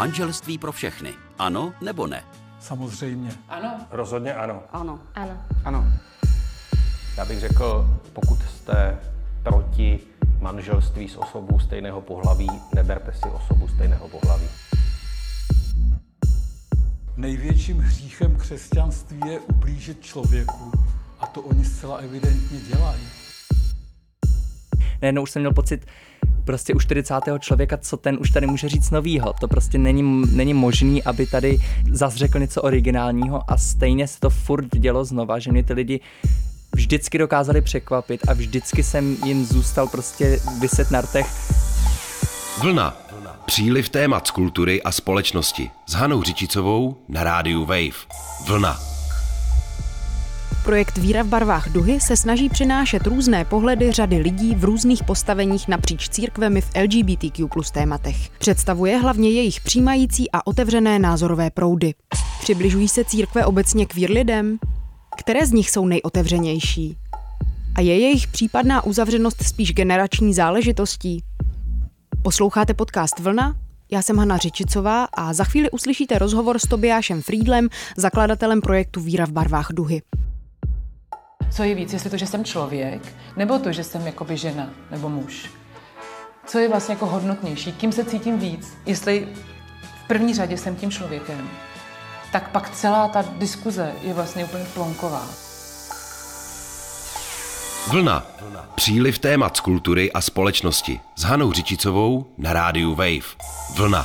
Manželství pro všechny. Ano nebo ne? Samozřejmě. Ano. Rozhodně ano. Ano. Ano. Ano. Já bych řekl, pokud jste proti manželství s osobou stejného pohlaví, neberte si osobu stejného pohlaví. Největším hříchem křesťanství je ublížit člověku. A to oni zcela evidentně dělají. Najednou už jsem měl pocit, prostě u 40. člověka, co ten už tady může říct novýho. To prostě není možný, aby tady zas řekl něco originálního a stejně se to furt dělo znova, že mě ty lidi vždycky dokázali překvapit a vždycky jsem jim zůstal prostě viset na rtech. Vlna. Příliv témat z kultury a společnosti s Hanou Řičicovou na rádiu Wave. Vlna. Projekt Víra v barvách duhy se snaží přinášet různé pohledy řady lidí v různých postaveních napříč církvemi v LGBTQ+ tématech. Představuje hlavně jejich přijímající a otevřené názorové proudy. Přibližují se církve obecně queer lidem? Které z nich jsou nejotevřenější? A je jejich případná uzavřenost spíš generační záležitostí? Posloucháte podcast Vlna? Já jsem Hana Řičicová a za chvíli uslyšíte rozhovor s Tobiášem Friedlem, zakladatelem projektu Víra v barvách duhy. Co je víc, jestli to, že jsem člověk, nebo to, že jsem jakoby žena nebo muž? Co je vlastně jako hodnotnější? Kým se cítím víc? Jestli v první řadě jsem tím člověkem, tak pak celá ta diskuze je vlastně úplně plonková. Vlna. Příliv témat z kultury a společnosti s Hanou Řičicovou na rádiu Wave. Vlna.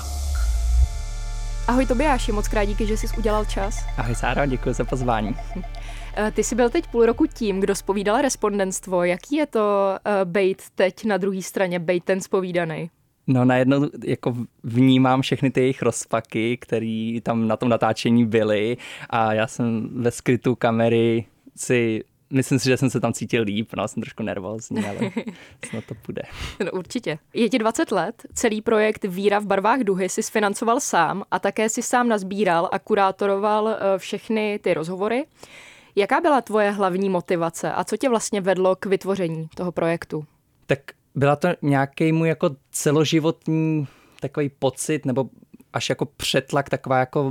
Ahoj Tobiáši, moc krát díky, že jsi udělal čas. Ahoj Sáro, děkuji za pozvání. Ty jsi byl teď půl roku tím, kdo zpovídal respondentstvo. Jaký je to bejt teď na druhé straně, bejt ten zpovídaný? No najednou jako vnímám všechny ty jejich rozpaky, které tam na tom natáčení byly a já jsem ve skrytu kamery myslím si, že jsem se tam cítil líp, no, jsem trošku nervózní, ale snad to půjde. No, určitě. Je ti 20 let, celý projekt Víra v barvách duhy jsi financoval sám a také si sám nazbíral a kurátoroval všechny ty rozhovory. Jaká byla tvoje hlavní motivace a co tě vlastně vedlo k vytvoření toho projektu? Tak byla to nějaký můj jako celoživotní takový pocit nebo až jako přetlak, taková jako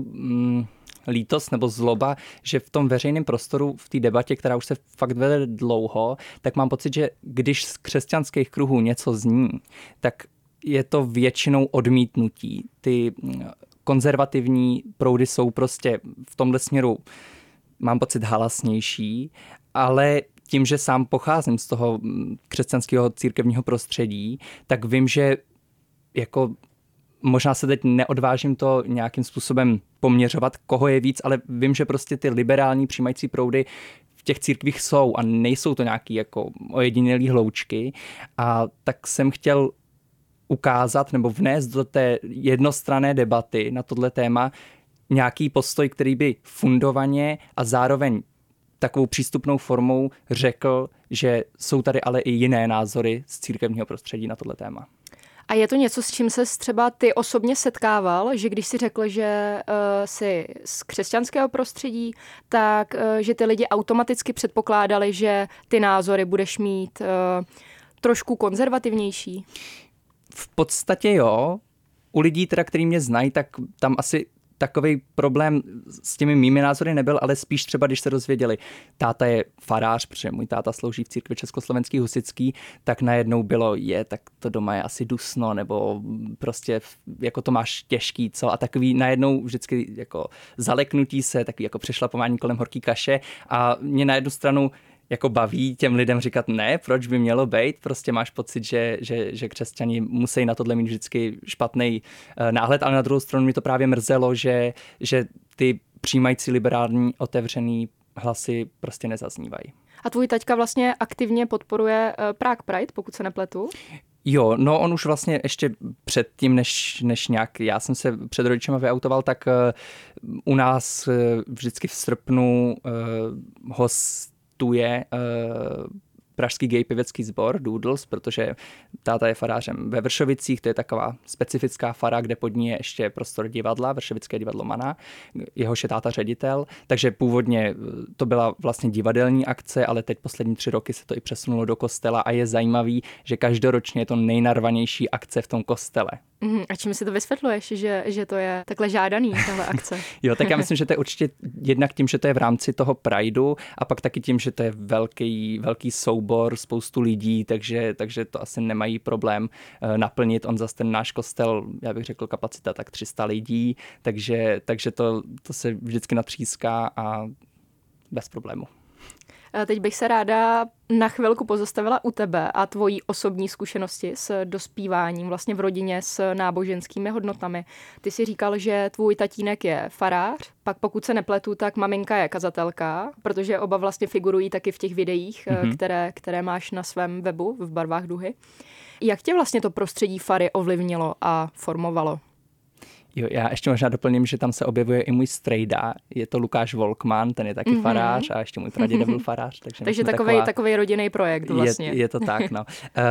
lítost nebo zloba, že v tom veřejném prostoru, v té debatě, která už se fakt vede dlouho, tak mám pocit, že když z křesťanských kruhů něco zní, tak je to většinou odmítnutí. Ty konzervativní proudy jsou prostě v tomhle směru, mám pocit, halasnější, ale tím, že sám pocházím z toho křesťanského církevního prostředí, tak vím, že jako možná se teď neodvážím to nějakým způsobem poměřovat, koho je víc, ale vím, že prostě ty liberální přijímající proudy v těch církvích jsou a nejsou to nějaký jako ojedinělý hloučky. A tak jsem chtěl ukázat nebo vnést do té jednostranné debaty na tohle téma nějaký postoj, který by fundovaně a zároveň takovou přístupnou formou řekl, že jsou tady ale i jiné názory z církevního prostředí na tohle téma. A je to něco, s čím ses třeba ty osobně setkával, že když si řekl, že jsi z křesťanského prostředí, tak že ty lidi automaticky předpokládali, že ty názory budeš mít trošku konzervativnější? V podstatě jo. U lidí, teda, který mě znají, tak tam asi takový problém s těmi mými názory nebyl, ale spíš třeba, když se dozvěděli, táta je farář, protože můj táta slouží v církvi československý husitský, tak najednou bylo, tak to doma je asi dusno, nebo prostě jako to máš těžký, co? A takový najednou vždycky jako zaleknutí se, takový jako přešlapování kolem horký kaše a mě na jednu stranu jako baví těm lidem říkat ne, proč by mělo být, prostě máš pocit, že křesťani musí na tohle mít vždycky špatný náhled, ale na druhou stranu mi to právě mrzelo, že ty přijímající liberální otevřený hlasy prostě nezaznívají. A tvůj taťka vlastně aktivně podporuje Prague Pride, pokud se nepletu? Jo, no on už vlastně ještě předtím, než nějak já jsem se před rodičema vyautoval, tak u nás vždycky v srpnu hostuje pražský gay pěvecký sbor Doodles, protože táta je farářem ve Vršovicích, to je taková specifická fara, kde pod ní je ještě prostor divadla, Vršovické divadlo Mana, jehož je táta ředitel, takže původně to byla vlastně divadelní akce, ale teď poslední 3 roky se to i přesunulo do kostela a je zajímavý, že každoročně je to nejnarvanější akce v tom kostele. A čím si to vysvětluješ, že to je takhle žádaný, tahle akce? Jo, tak já myslím, že to je určitě jednak tím, že to je v rámci toho Prideu a pak taky tím, že to je velký soubor, spoustu lidí, takže to asi nemají problém naplnit. On zase ten náš kostel, já bych řekl kapacita tak 300 lidí, takže to se vždycky natříská a bez problému. Teď bych se ráda na chvilku pozastavila u tebe a tvojí osobní zkušenosti s dospíváním vlastně v rodině s náboženskými hodnotami. Ty jsi říkal, že tvůj tatínek je farář, pak pokud se nepletu, tak maminka je kazatelka, protože oba vlastně figurují taky v těch videích, které máš na svém webu v Barvách duhy. Jak tě vlastně to prostředí fary ovlivnilo a formovalo? Jo, já ještě možná doplním, že tam se objevuje i můj strejda, je to Lukáš Volkman, ten je taky farář a ještě můj praděda byl farář. Takže takový rodinný projekt vlastně. Je to tak, no.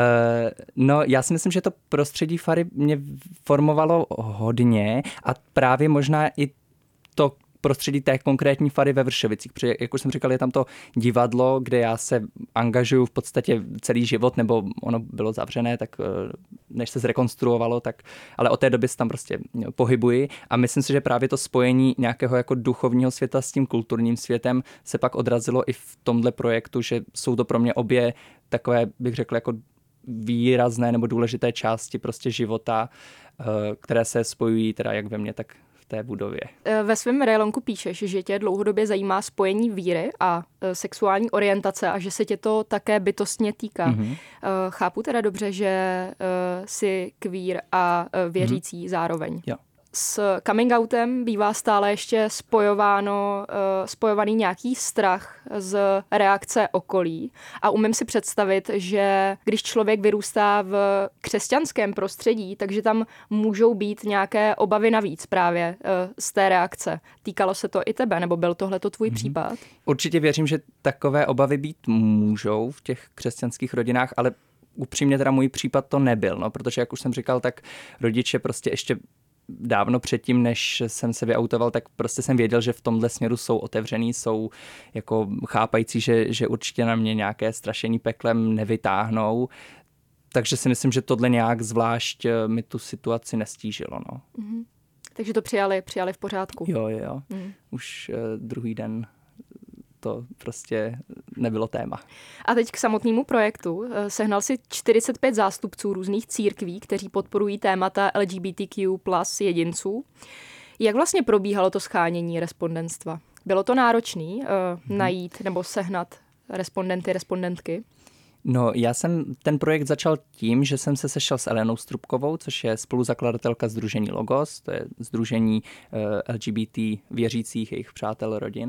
No, já si myslím, že to prostředí fary mě formovalo hodně a právě možná i to prostředí té konkrétní fary ve Vršovicích, protože, jak už jsem říkal, je tam to divadlo, kde já se angažuju v podstatě celý život, nebo ono bylo zavřené, tak než se zrekonstruovalo, tak, ale od té doby se tam prostě pohybuji a myslím si, že právě to spojení nějakého jako duchovního světa s tím kulturním světem se pak odrazilo i v tomhle projektu, že jsou to pro mě obě takové, bych řekl, jako výrazné nebo důležité části prostě života, které se spojují teda jak ve mně, tak té budově. Ve svém relonku píšeš, že tě dlouhodobě zajímá spojení víry a sexuální orientace a že se tě to také bytostně týká. Chápu teda dobře, že jsi queer a věřící zároveň. Jo. S coming outem bývá stále ještě spojovaný nějaký strach z reakce okolí. A umím si představit, že když člověk vyrůstá v křesťanském prostředí, takže tam můžou být nějaké obavy navíc právě z té reakce. Týkalo se to i tebe, nebo byl tohleto tvůj případ? Určitě věřím, že takové obavy být můžou v těch křesťanských rodinách, ale upřímně teda můj případ to nebyl, no, protože jak už jsem říkal, tak rodiče prostě ještě dávno předtím, než jsem se vyautoval, tak prostě jsem věděl, že v tomhle směru jsou otevřený, jsou jako chápající, že určitě na mě nějaké strašení peklem nevytáhnou. Takže si myslím, že tohle nějak zvlášť mi tu situaci nestížilo. No. Takže to přijali v pořádku. Jo. Už druhý den to prostě nebylo téma. A teď k samotnému projektu. Sehnal si 45 zástupců různých církví, kteří podporují témata LGBTQ plus jedinců. Jak vlastně probíhalo to shánění respondentstva? Bylo to náročné najít nebo sehnat respondentky? No, já jsem ten projekt začal tím, že jsem se sešel s Elenou Strubkovou, což je spoluzakladatelka sdružení Logos, to je sdružení LGBT věřících, jejich přátel, rodin.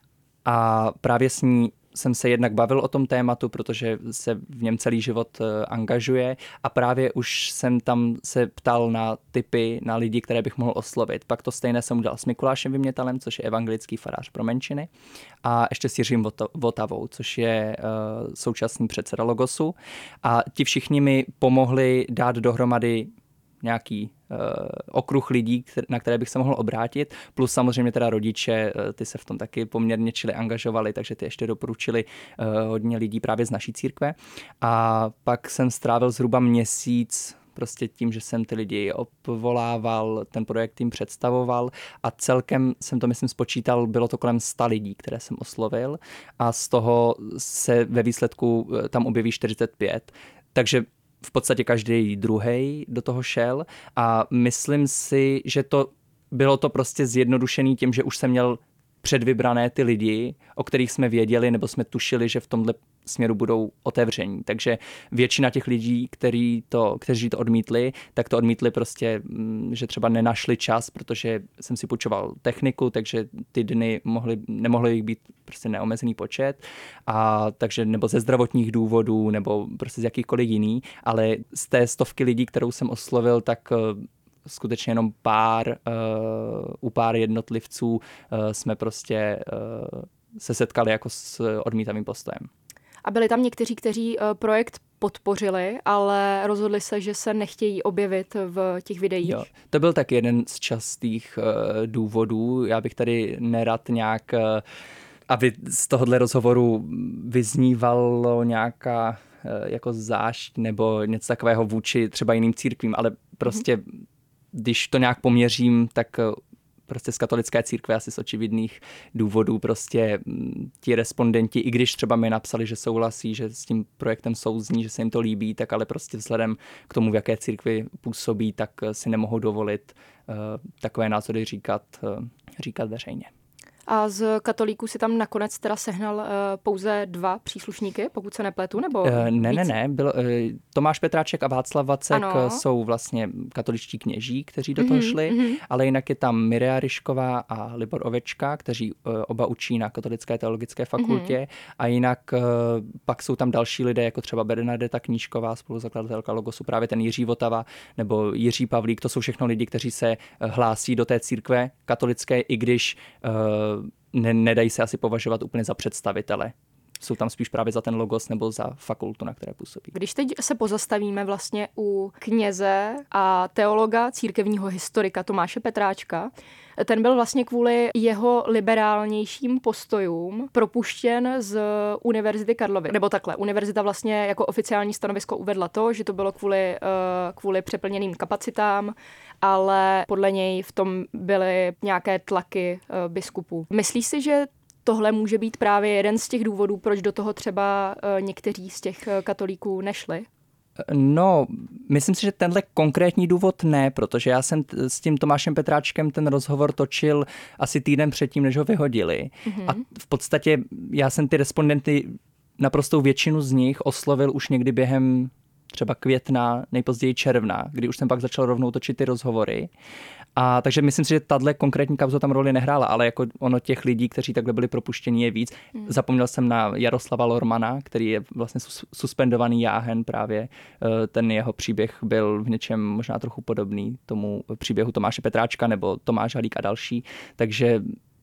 A právě s ní jsem se jednak bavil o tom tématu, protože se v něm celý život angažuje a právě už jsem tam se ptal na tipy, na lidi, které bych mohl oslovit. Pak to stejné jsem udělal s Mikulášem Vymětalem, což je evangelický farář pro menšiny, a ještě s Jiřím Votavou, což je současný předseda Logosu. A ti všichni mi pomohli dát dohromady nějaký okruh lidí, na které bych se mohl obrátit, plus samozřejmě teda rodiče, ty se v tom taky poměrně čili angažovali, takže ty ještě doporučili hodně lidí právě z naší církve. A pak jsem strávil zhruba měsíc prostě tím, že jsem ty lidi obvolával, ten projekt jim představoval a celkem jsem to myslím spočítal, bylo to kolem 100 lidí, které jsem oslovil a z toho se ve výsledku tam objeví 45. Takže v podstatě každý druhej do toho šel a myslím si, že to bylo to prostě zjednodušený tím, že už jsem měl předvybrané ty lidi, o kterých jsme věděli nebo jsme tušili, že v tomhle směru budou otevření. Takže většina těch lidí, kteří to odmítli, tak to odmítli prostě, že třeba nenašli čas, protože jsem si půjčoval techniku, takže ty dny nemohly jich být prostě neomezený počet, a takže nebo ze zdravotních důvodů, nebo prostě z jakýchkoliv jiný, ale z té 100 lidí, kterou jsem oslovil, tak skutečně jenom u pár jednotlivců jsme prostě se setkali jako s odmítavým postojem. A byli tam někteří, kteří projekt podpořili, ale rozhodli se, že se nechtějí objevit v těch videích. Jo, to byl tak jeden z častých důvodů. Já bych tady nerad nějak, aby z tohohle rozhovoru vyznívalo nějaká jako zášť nebo něco takového vůči třeba jiným církvím, ale prostě, když to nějak poměřím, tak prostě z katolické církve asi z očividných důvodů prostě ti respondenti, i když třeba mi napsali, že souhlasí, že s tím projektem souzní, že se jim to líbí, tak ale prostě vzhledem k tomu, v jaké církvi působí, tak si nemohou dovolit takové názory říkat veřejně. A z katolíků si tam nakonec teda sehnal pouze 2 příslušníky, pokud se nepletu, nebo Ne. Tomáš Petráček a Václav Vacek jsou vlastně katoličtí kněží, kteří do toho šli, ale jinak je tam Mireja Ryšková a Libor Ovečka, kteří oba učí na Katolické teologické fakultě a jinak pak jsou tam další lidé, jako třeba Bernadeta Knížková, spoluzakladatelka Logosu, právě ten Jiří Votava nebo Jiří Pavlík, to jsou všechno lidi, kteří se hlásí do té církve katolické, i když nedají se asi považovat úplně za představitele. Jsou tam spíš právě za ten Logos nebo za fakultu, na které působí. Když teď se pozastavíme vlastně u kněze a teologa, církevního historika Tomáše Petráčka, ten byl vlastně kvůli jeho liberálnějším postojům propuštěn z Univerzity Karlovy. Nebo takhle, univerzita vlastně jako oficiální stanovisko uvedla to, že to bylo kvůli přeplněným kapacitám, ale podle něj v tom byly nějaké tlaky biskupů. Myslíš si, že tohle může být právě jeden z těch důvodů, proč do toho třeba někteří z těch katolíků nešli? No, myslím si, že tenhle konkrétní důvod ne, protože já jsem s tím Tomášem Petráčkem ten rozhovor točil asi týden předtím, než ho vyhodili. A v podstatě já jsem ty respondenty, naprostou většinu z nich oslovil už někdy během třeba května, nejpozději června, kdy už jsem pak začal rovnou točit ty rozhovory. A takže myslím si, že tahle konkrétní kauza tam roli nehrála, ale jako ono těch lidí, kteří takhle byli propuštěni, je víc. Zapomněl jsem na Jaroslava Lormana, který je vlastně suspendovaný jáhen právě. Ten jeho příběh byl v něčem možná trochu podobný tomu příběhu Tomáše Petráčka nebo Tomáš Halík a další. Takže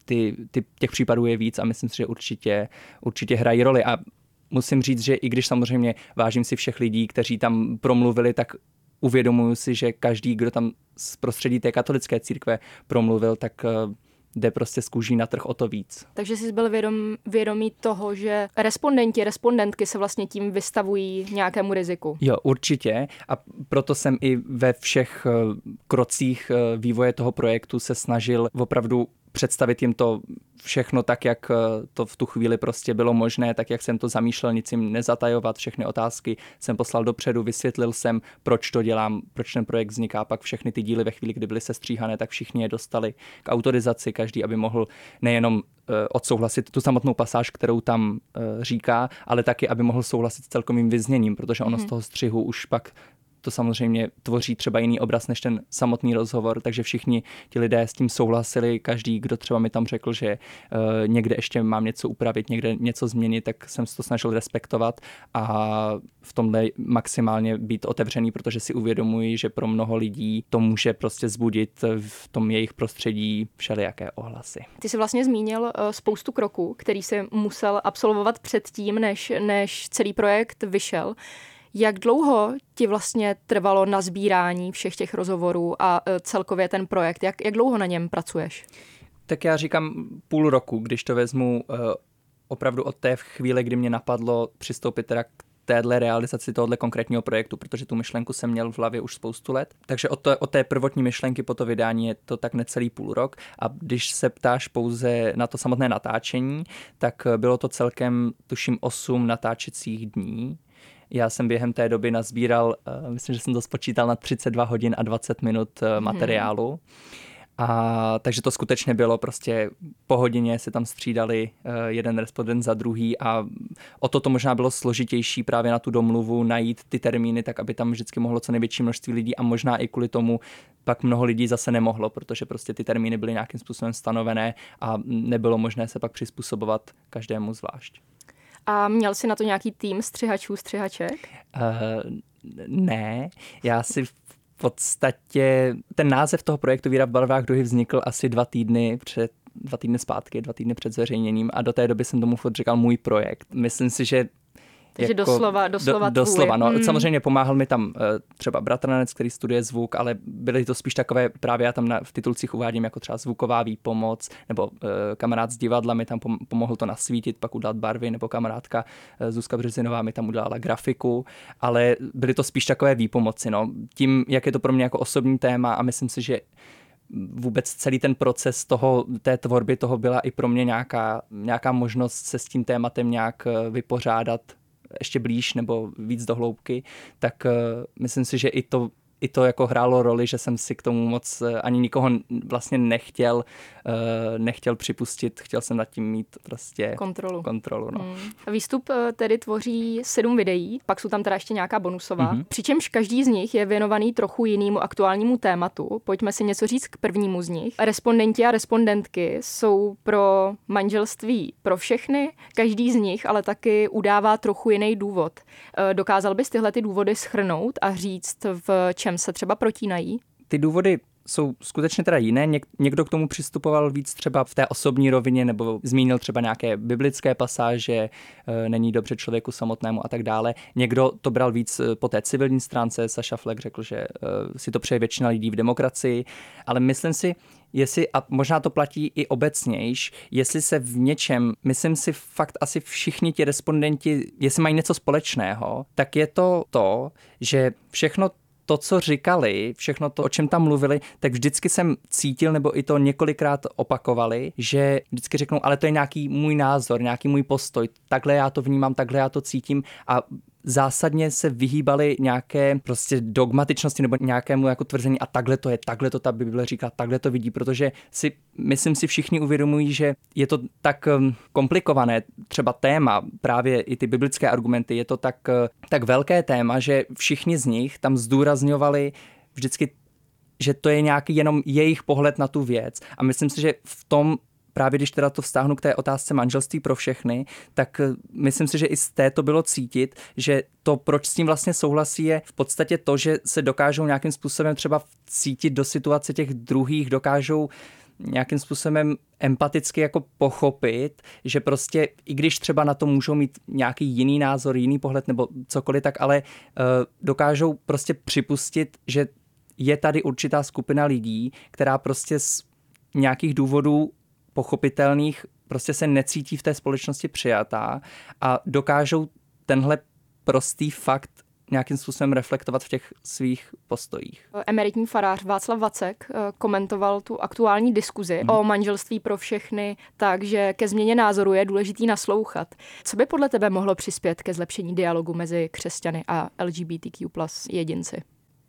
těch případů je víc a myslím si, že určitě hrají roli. A musím říct, že i když samozřejmě vážím si všech lidí, kteří tam promluvili, tak uvědomuji si, že každý, kdo tam z prostředí té katolické církve promluvil, tak jde prostě z kůží na trh o to víc. Takže jsi byl vědomý toho, že respondentky se vlastně tím vystavují nějakému riziku. Jo, určitě. A proto jsem i ve všech krocích vývoje toho projektu se snažil opravdu představit jim to všechno tak, jak to v tu chvíli prostě bylo možné, tak, jak jsem to zamýšlel, nic jim nezatajovat, všechny otázky jsem poslal dopředu, vysvětlil jsem, proč to dělám, proč ten projekt vzniká, pak všechny ty díly ve chvíli, kdy byly sestříhané, tak všichni je dostali k autorizaci, každý, aby mohl nejenom odsouhlasit tu samotnou pasáž, kterou tam říká, ale taky, aby mohl souhlasit s celkovým vyzněním, protože ono z toho střihu už pak to samozřejmě tvoří třeba jiný obraz než ten samotný rozhovor, takže všichni ti lidé s tím souhlasili, každý, kdo třeba mi tam řekl, že někde ještě mám něco upravit, někde něco změnit, tak jsem se to snažil respektovat a v tomhle maximálně být otevřený, protože si uvědomuji, že pro mnoho lidí to může prostě vzbudit v tom jejich prostředí všelijaké ohlasy. Ty jsi vlastně zmínil spoustu kroků, který jsi musel absolvovat předtím, než celý projekt vyšel. Jak dlouho ti vlastně trvalo nazbírání všech těch rozhovorů a celkově ten projekt? Jak dlouho na něm pracuješ? Tak já říkám půl roku, když to vezmu opravdu od té chvíle, kdy mě napadlo přistoupit teda k téhle realizaci tohohle konkrétního projektu, protože tu myšlenku jsem měl v hlavě už spoustu let. Takže od té prvotní myšlenky po to vydání je to tak necelý půl rok. A když se ptáš pouze na to samotné natáčení, tak bylo to celkem, tuším, 8 natáčecích dní. Já jsem během té doby nazbíral, myslím, že jsem to spočítal na 32 hodin a 20 minut materiálu. A takže to skutečně bylo prostě po hodině se tam střídali jeden respondent za druhý a o to možná bylo složitější právě na tu domluvu najít ty termíny, tak aby tam vždycky mohlo co největší množství lidí a možná i kvůli tomu pak mnoho lidí zase nemohlo, protože prostě ty termíny byly nějakým způsobem stanovené a nebylo možné se pak přizpůsobovat každému zvlášť. A měl jsi na to nějaký tým střihaček? Ne, já si v podstatě, ten název toho projektu Víra v barvách duhy vznikl asi 2 týdny zpátky, 2 týdny před zveřejněním a do té doby jsem tomu furt říkal můj projekt. Myslím si, že Takže jako, doslova no. Samozřejmě pomáhal mi tam třeba bratranec, který studuje zvuk, ale byly to spíš takové, právě já tam v titulcích uvádím jako třeba zvuková výpomoc, nebo kamarád z divadla mi tam pomohl to nasvítit, pak udělat barvy, nebo kamarádka Zuzka Březinová mi tam udělala grafiku, ale byly to spíš takové výpomoci. No. Tím, jak je to pro mě jako osobní téma a myslím si, že vůbec celý ten proces té tvorby toho byla i pro mě nějaká možnost se s tím tématem nějak vypořádat ještě blíž nebo víc do hloubky, tak myslím si, že i to jako hrálo roli, že jsem si k tomu moc ani nikoho vlastně nechtěl připustit, chtěl jsem nad tím mít prostě kontrolu. No. Výstup tedy tvoří 7 videí, pak jsou tam teda ještě nějaká bonusová, přičemž každý z nich je věnovaný trochu jinému aktuálnímu tématu. Pojďme si něco říct k prvnímu z nich. Respondenti a respondentky jsou pro manželství pro všechny, každý z nich ale taky udává trochu jiný důvod. Dokázal bys tyhle ty důvody shrnout a říct, v čem se třeba protínají? Ty důvody jsou skutečně teda jiné. Někdo k tomu přistupoval víc třeba v té osobní rovině nebo zmínil třeba nějaké biblické pasáže, není dobře člověku samotnému a tak dále. Někdo to bral víc po té civilní stránce. Saša Fleck řekl, že si to přeje většina lidí v demokracii, ale myslím si, a možná to platí i obecnějš, jestli se v něčem, myslím si fakt asi všichni ti respondenti, jestli mají něco společného, tak je to, že všechno to, co říkali, všechno to, o čem tam mluvili, tak vždycky jsem cítil, nebo i to několikrát opakovali, že vždycky řeknou, ale to je nějaký můj názor, nějaký můj postoj, takhle já to vnímám, takhle já to cítím a zásadně se vyhýbali nějaké prostě dogmatičnosti nebo nějakému jako tvrzení a takhle to ta Bible říká, takhle to vidí, protože myslím si všichni uvědomují, že je to tak komplikované, třeba téma, právě i ty biblické argumenty, je to tak velké téma, že všichni z nich tam zdůrazňovali vždycky, že to je nějaký jenom jejich pohled na tu věc a myslím si, že v tom právě když teda to vztáhnu k té otázce manželství pro všechny, tak myslím si, že i z této bylo cítit, že to, proč s tím vlastně souhlasí, je v podstatě to, že se dokážou nějakým způsobem třeba cítit do situace těch druhých, dokážou nějakým způsobem empaticky jako pochopit, že prostě i když třeba na to můžou mít nějaký jiný názor, jiný pohled nebo cokoliv, tak ale dokážou prostě připustit, že je tady určitá skupina lidí, která prostě z nějakých důvodů pochopitelných prostě se necítí v té společnosti přijatá a dokážou tenhle prostý fakt nějakým způsobem reflektovat v těch svých postojích. Emeritní farář Václav Vacek komentoval tu aktuální diskuzi o manželství pro všechny, takže ke změně názoru je důležitý naslouchat. Co by podle tebe mohlo přispět ke zlepšení dialogu mezi křesťany a LGBTQ+ jedinci?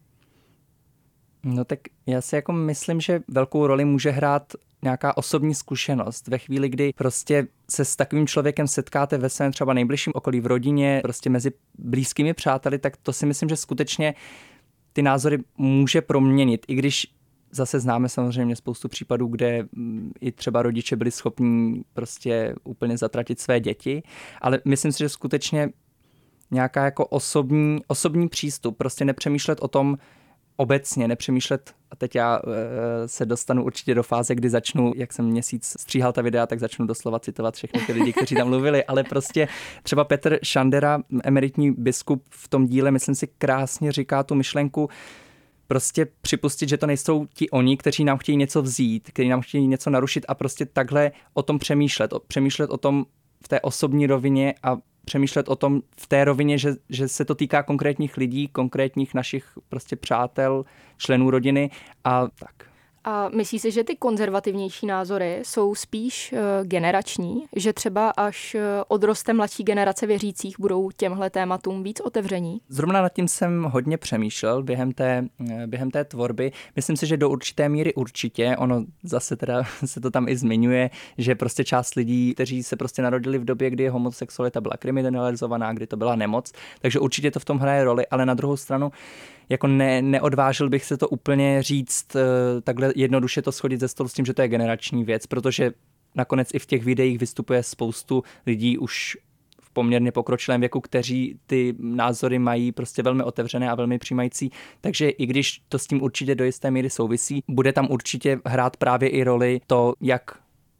No tak já si jako myslím, že velkou roli může hrát nějaká osobní zkušenost. Ve chvíli, kdy prostě se s takovým člověkem setkáte ve svém třeba nejbližším okolí, v rodině, prostě mezi blízkými přáteli, tak to si myslím, že skutečně ty názory může proměnit. I když zase známe samozřejmě spoustu případů, kde i třeba rodiče byli schopní prostě úplně zatratit své děti, ale myslím si, že skutečně nějaká jako osobní přístup, prostě nepřemýšlet o tom obecně, nepřemýšlet, a teď já se dostanu určitě do fáze, kdy začnu, jak jsem měsíc stříhal ta videa, tak začnu doslova citovat všechny ty lidi, kteří tam mluvili, ale prostě třeba Petr Šandera, emeritní biskup, v tom díle, myslím si, krásně říká tu myšlenku, prostě připustit, že to nejsou ti oni, kteří nám chtějí něco vzít, kteří nám chtějí něco narušit a prostě takhle o tom přemýšlet o tom v té osobní rovině a přemýšlet o tom v té rovině, že se to týká konkrétních lidí, konkrétních našich prostě přátel, členů rodiny a tak. A myslíš si, že ty konzervativnější názory jsou spíš generační, že třeba až odroste mladší generace věřících budou těmhle tématům víc otevření? Zrovna nad tím jsem hodně přemýšlel během té tvorby. Myslím si, že do určité míry určitě, ono zase teda se to tam i zmiňuje, že prostě část lidí, kteří se prostě narodili v době, kdy homosexualita byla kriminalizovaná, kdy to byla nemoc, takže určitě to v tom hraje roli, ale na druhou stranu jako neodvážil bych se to úplně říct, takhle jednoduše to schodit ze stolu s tím, že to je generační věc, protože nakonec i v těch videích vystupuje spoustu lidí už v poměrně pokročilém věku, kteří ty názory mají prostě velmi otevřené a velmi přijímající, takže i když to s tím určitě do jisté míry souvisí, bude tam určitě hrát právě i roli to, jak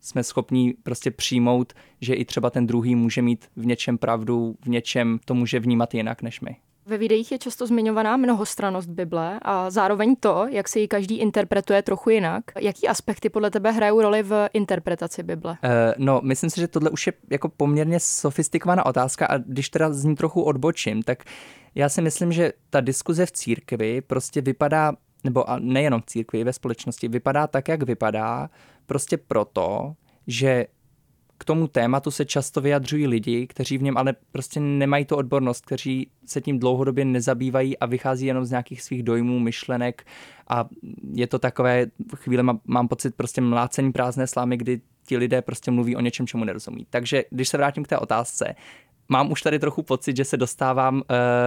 jsme schopní prostě přijmout, že i třeba ten druhý může mít v něčem pravdu, v něčem to může vnímat jinak než my. Ve videích je často zmiňovaná mnohostrannost Bible a zároveň to, jak si ji každý interpretuje trochu jinak. Jaký aspekty podle tebe hrajou roli v interpretaci Bible? No, myslím si, že tohle už je jako poměrně sofistikovaná otázka a když teda z ní trochu odbočím, tak já si myslím, že ta diskuze v církvi prostě vypadá, nebo nejenom v církvi, i ve společnosti, vypadá tak, jak vypadá, prostě proto, že k tomu tématu se často vyjadřují lidi, kteří v něm ale prostě nemají tu odbornost, kteří se tím dlouhodobě nezabývají a vychází jenom z nějakých svých dojmů, myšlenek a je to takové, chvíli mám pocit prostě mlácení prázdné slámy, kdy ti lidé prostě mluví o něčem, čemu nerozumí. Takže když se vrátím k té otázce, mám už tady trochu pocit, že se dostávám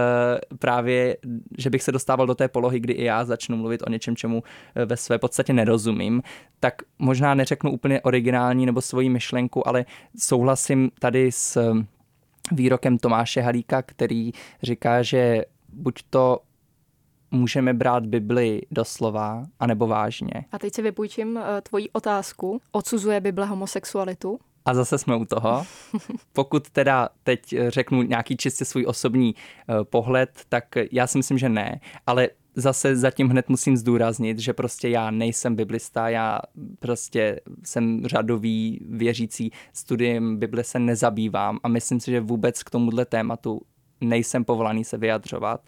právě, že bych se dostával do té polohy, kdy i já začnu mluvit o něčem, čemu ve své podstatě nerozumím, tak možná neřeknu úplně originální nebo svoji myšlenku, ale souhlasím tady s výrokem Tomáše Halíka, který říká, že buď to můžeme brát Bibli doslova, anebo vážně. A teď si vypůjčím tvoji otázku. Odsuzuje Bible homosexualitu? A zase jsme u toho. Pokud teda teď řeknu nějaký čistě svůj osobní pohled, tak já si myslím, že ne. Ale zase zatím hned musím zdůraznit, že prostě já nejsem biblista, já prostě jsem řadový věřící, studiem Bible se nezabývám a myslím si, že vůbec k tomuhle tématu nejsem povolaný se vyjadřovat.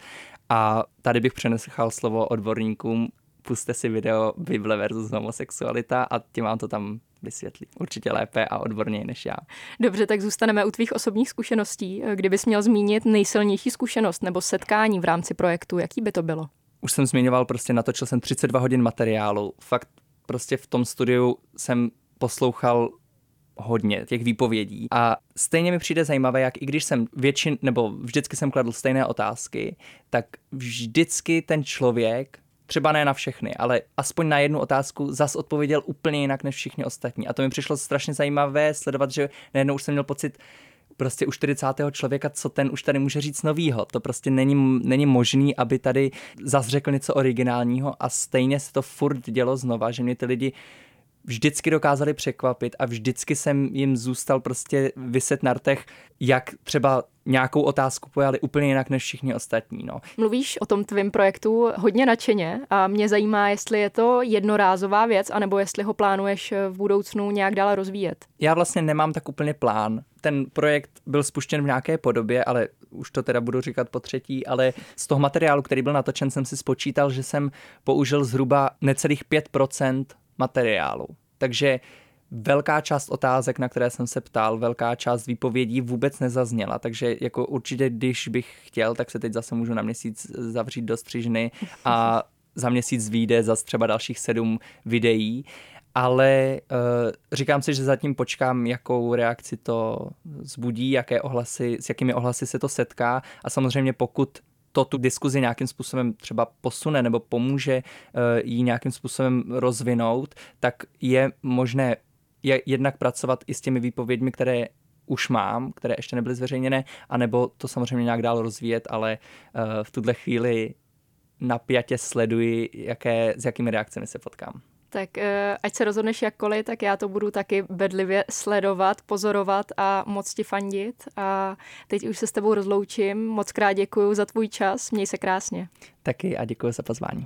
A tady bych přenechal slovo odborníkům. Pusťte si video Bible versus homosexualita a ti vám to tam vysvětlí. Určitě lépe a odborněji než já. Dobře, tak zůstaneme u tvých osobních zkušeností. Kdybys měl zmínit nejsilnější zkušenost nebo setkání v rámci projektu, jaký by to bylo? Už jsem zmiňoval, prostě natočil jsem 32 hodin materiálu. Fakt prostě v tom studiu jsem poslouchal hodně těch výpovědí. A stejně mi přijde zajímavé, jak i když jsem vždycky jsem kladl stejné otázky, tak vždycky ten člověk, třeba ne na všechny, ale aspoň na jednu otázku zas odpověděl úplně jinak než všichni ostatní. A to mi přišlo strašně zajímavé sledovat, že najednou už jsem měl pocit prostě u 40. člověka, co ten už tady může říct novýho. To prostě není možný, aby tady zas řekl něco originálního a stejně se to furt dělo znova, že mě ty lidi vždycky dokázali překvapit a vždycky jsem jim zůstal prostě viset na rtech, jak třeba nějakou otázku pojali úplně jinak než všichni ostatní. No. Mluvíš o tom tvém projektu hodně nadšeně a mě zajímá, jestli je to jednorázová věc, anebo jestli ho plánuješ v budoucnu nějak dál rozvíjet. Já vlastně nemám tak úplně plán. Ten projekt byl spuštěn v nějaké podobě, ale už to teda budu říkat po třetí, ale z toho materiálu, který byl natočen, jsem si spočítal, že jsem použil zhruba necelých 5% materiálu. Takže velká část otázek, na které jsem se ptal, velká část výpovědí vůbec nezazněla, takže jako určitě, když bych chtěl, tak se teď zase můžu na měsíc zavřít do střižny a za měsíc vyjde zase třeba dalších 7 videí, ale říkám si, že zatím počkám, jakou reakci to vzbudí, s jakými ohlasy se to setká a samozřejmě pokud to tu diskuzi nějakým způsobem třeba posune nebo pomůže ji nějakým způsobem rozvinout, tak je možné jednak pracovat i s těmi výpověďmi, které už mám, které ještě nebyly zveřejněné, anebo to samozřejmě nějak dál rozvíjet, ale v tuhle chvíli napjatě sleduji, s jakými reakcemi se potkám. Tak ať se rozhodneš jakkoliv, tak já to budu taky bedlivě sledovat, pozorovat a moc ti fandit. A teď už se s tebou rozloučím. Moc krát děkuju za tvůj čas. Měj se krásně. Taky a děkuji za pozvání.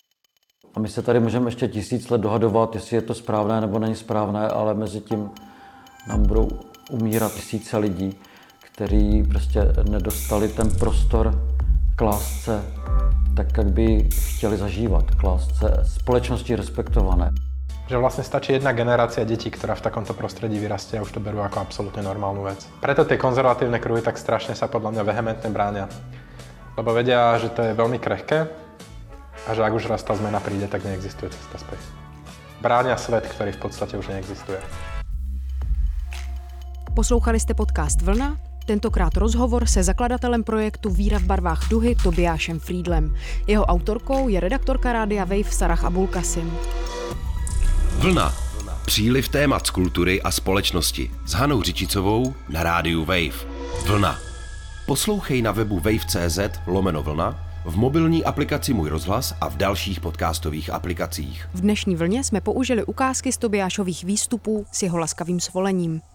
A my se tady můžeme ještě 1000 let dohadovat, jestli je to správné nebo není správné, ale mezi tím nám budou umírat tisíce lidí, kteří prostě nedostali ten prostor k lásce tak, jak by chtěli zažívat, k lásce společnosti respektované. Že vlastne stačí jedna generácia detí, ktorá v takomto prostredí vyrastie a už to berú ako absolútne normálnu vec. Preto tie konzervatívne kruhy tak strašne sa podľa mňa vehementne bránia. Lebo vedia, že to je veľmi krehké a že ak už raz tá zmena príde, tak neexistuje cesta späť. Bránia svet, ktorý v podstate už neexistuje. Poslouchali jste podcast Vlna? Tentokrát rozhovor se zakladatelem projektu Víra v barvách duhy Tobiášem Friedlem. Jeho autorkou je redaktorka Rádia Wave Sarah Abulkasim. Vlna. Příliv témat z kultury a společnosti s Hanou Řičicovou na rádiu Wave. Vlna. Poslouchej na webu wave.cz/vlna v mobilní aplikaci Můj rozhlas a v dalších podcastových aplikacích. V dnešní vlně jsme použili ukázky z Tobiášových výstupů s jeho laskavým svolením.